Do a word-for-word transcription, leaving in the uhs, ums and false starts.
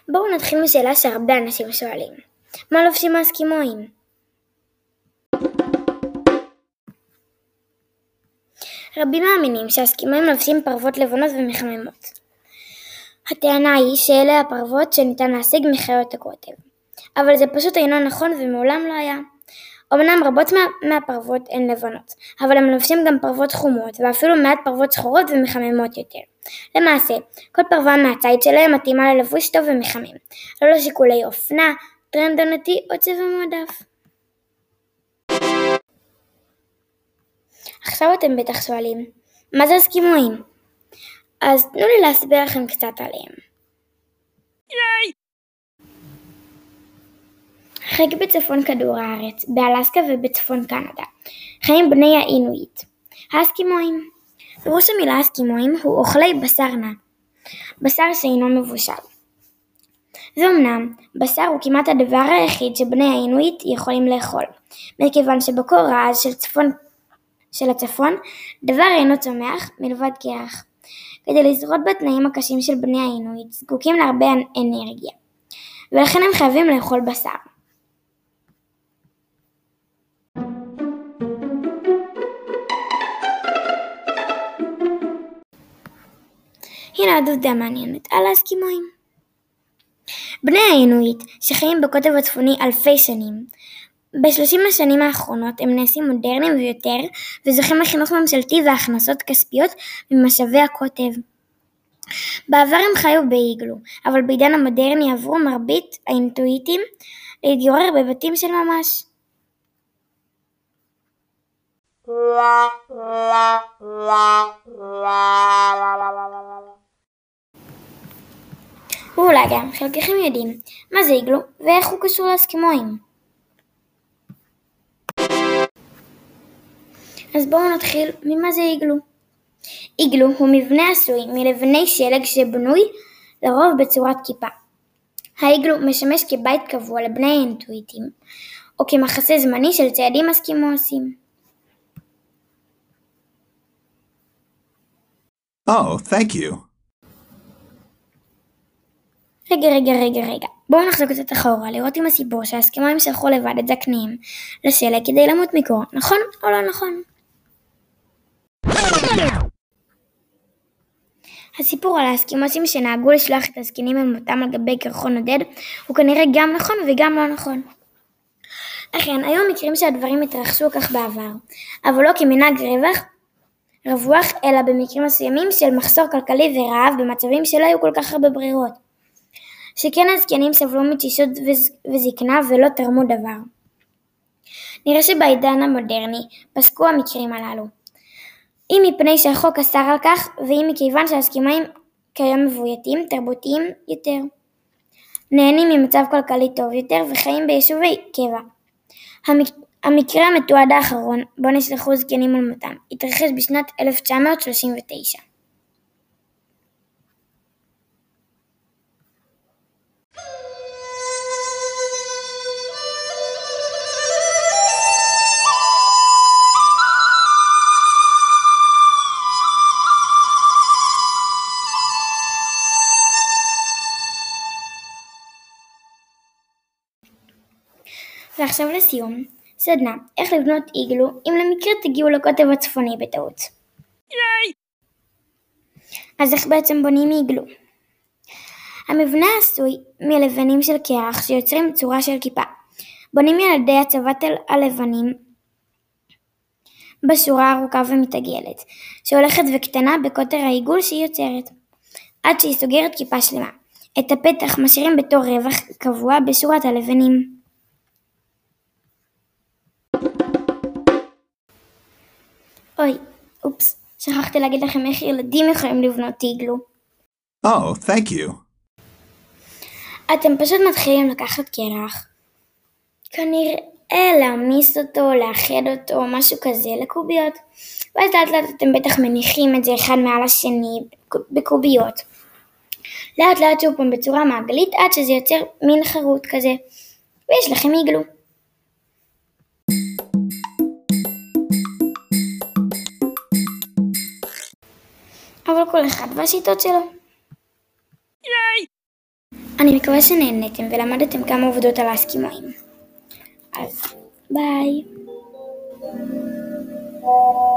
בואו נתחיל משאלה שהרבה אנשים שואלים. מה לובשים האסקימואים? רבים מאמינים שהאסקימואים לובשים פרוות לבנות ומחממות. הטענה היא שאלה הפרוות שניתן להשיג מחיות הקוטב. אבל זה פשוט אינו נכון ומעולם לא היה. אמנם רבות מה, מהפרוות הן לבנות, אבל הם לובשים גם פרוות חומות ואפילו מעט פרוות שחורות ומחממות יותר. למעשה, כל פרווה מהצייד שלהם מתאימה ללבוש טוב ומחמם, לא לשיקולי אופנה, טרנד עונתי או צבע מועדף. עכשיו אתם בטח שואלים, מה זה אסקימואים? אז תנו לי להסביר לכם קצת עליהם. ייי! חג בצפון כדור הארץ, באלסקה ובצפון קנדה, חיים בני האינואיט, האסקימואים. פירוש המילה אסקימואים הוא אוכלי בשר נע, בשר שאינו מבושל. זה אמנם, בשר הוא כמעט הדבר היחיד שבני האינואיט יכולים לאכול, מכיוון שבקור רעש של, צפון, של הצפון, דבר אינו צומח מלבד קרח. כדי לשרוד בתנאים הקשים של בני האינואיט, זקוקים להרבה אנרגיה, ולכן הם חייבים לאכול בשר. הנה עדות מעניינת על האסקימואים. בני האינואיט שחיים בקוטב הצפוני אלפי שנים. ב-שלושים השנים האחרונות הם נעשים מודרניים ויותר וזוכים לחינוך ממשלתי והכנסות כספיות ממשאבי הקוטב. בעבר הם חיו באיגלו, אבל בעידן המודרני עברו מרבית האינטואיטים להתגורר בבתים של ממש. ואולי גם חלקכם יודעים מה זה איגלו ואיך הוא קשור לאסקימואים. אז בואו נתחיל ממה זה איגלו. איגלו הוא מבנה עשוי מלבני שלג שבנוי לרוב בצורת כיפה. האיגלו משמש כבית קבוע לבני האינטואיטים או כמחסה זמני של ציידים אסקימוסים. Oh, thank you. רגע, רגע, רגע, רגע. בואו נחזור קצת אחורה, לראות עם הסיפור שהאסקימואים שלחו לבד את זקניהם לשלג כדי למות מקור, נכון או לא נכון? הסיפור על האסקימוסים שנהגו לשלוח את הזקנים ממותם על גבי קרחון נודד הוא כנראה גם נכון וגם לא נכון. אכן, היו מקרים שהדברים התרחשו כך בעבר, אבל לא כמנהג רווח, רבוח, אלא במקרים מסוימים של מחסור כלכלי ורעב במצבים שלא היו כל כך הרבה ברירות. שכן הזקנים סבלו מתשישות וזקנה ולא תרמו דבר. נראה שבעידן המודרני פסקו המקרים הללו. אם מפני שהחוק אסר על כך, ואם מכיוון שהאסקימואים כיום מבויתים, תרבותיים יותר. נהנים ממצב כלכלי טוב יותר וחיים ביישובי קבע. המק... המקרה המתועד האחרון, בו נשלחו זקנים על מותם, התרחש בשנת אלף תשע מאות שלושים ותשע. ועכשיו לסיום, סדנה, איך לבנות איגלו אם למקרה תגיעו לקוטב הצפוני בטעות. ייי! אז איך בעצם בונים איגלו? המבנה עשוי מלבנים של קרח שיוצרים צורה של כיפה. בונים על ידי הצבת הלבנים בשורה ארוכה ומתעגלת, שהולכת וקטנה בקוטר העיגול שהיא יוצרת, עד שהיא סוגרת כיפה שלמה. את הפתח משאירים בתור רווח קבוע בשורת הלבנים. אוי, אופס, שכחתי להגיד לכם איך ילדים יכולים לבנות איגלו. Oh, thank you. אתם פשוט מתחילים לקחת קרח, כנראה להמיס אותו, לאחד אותו, משהו כזה לקוביות, ואז לאט לאט אתם בטח מניחים את זה אחד מעל השני בקוביות. לאט לאט שוב פעם בצורה מעגלית עד שזה יוצר מין חרוט כזה, ויש לכם איגלו. אבל כל אחד והשיטות שלו. ייי! אני מקווה שנהנתם ולמדתם כמה עובדות על האסקימואים. אז ביי.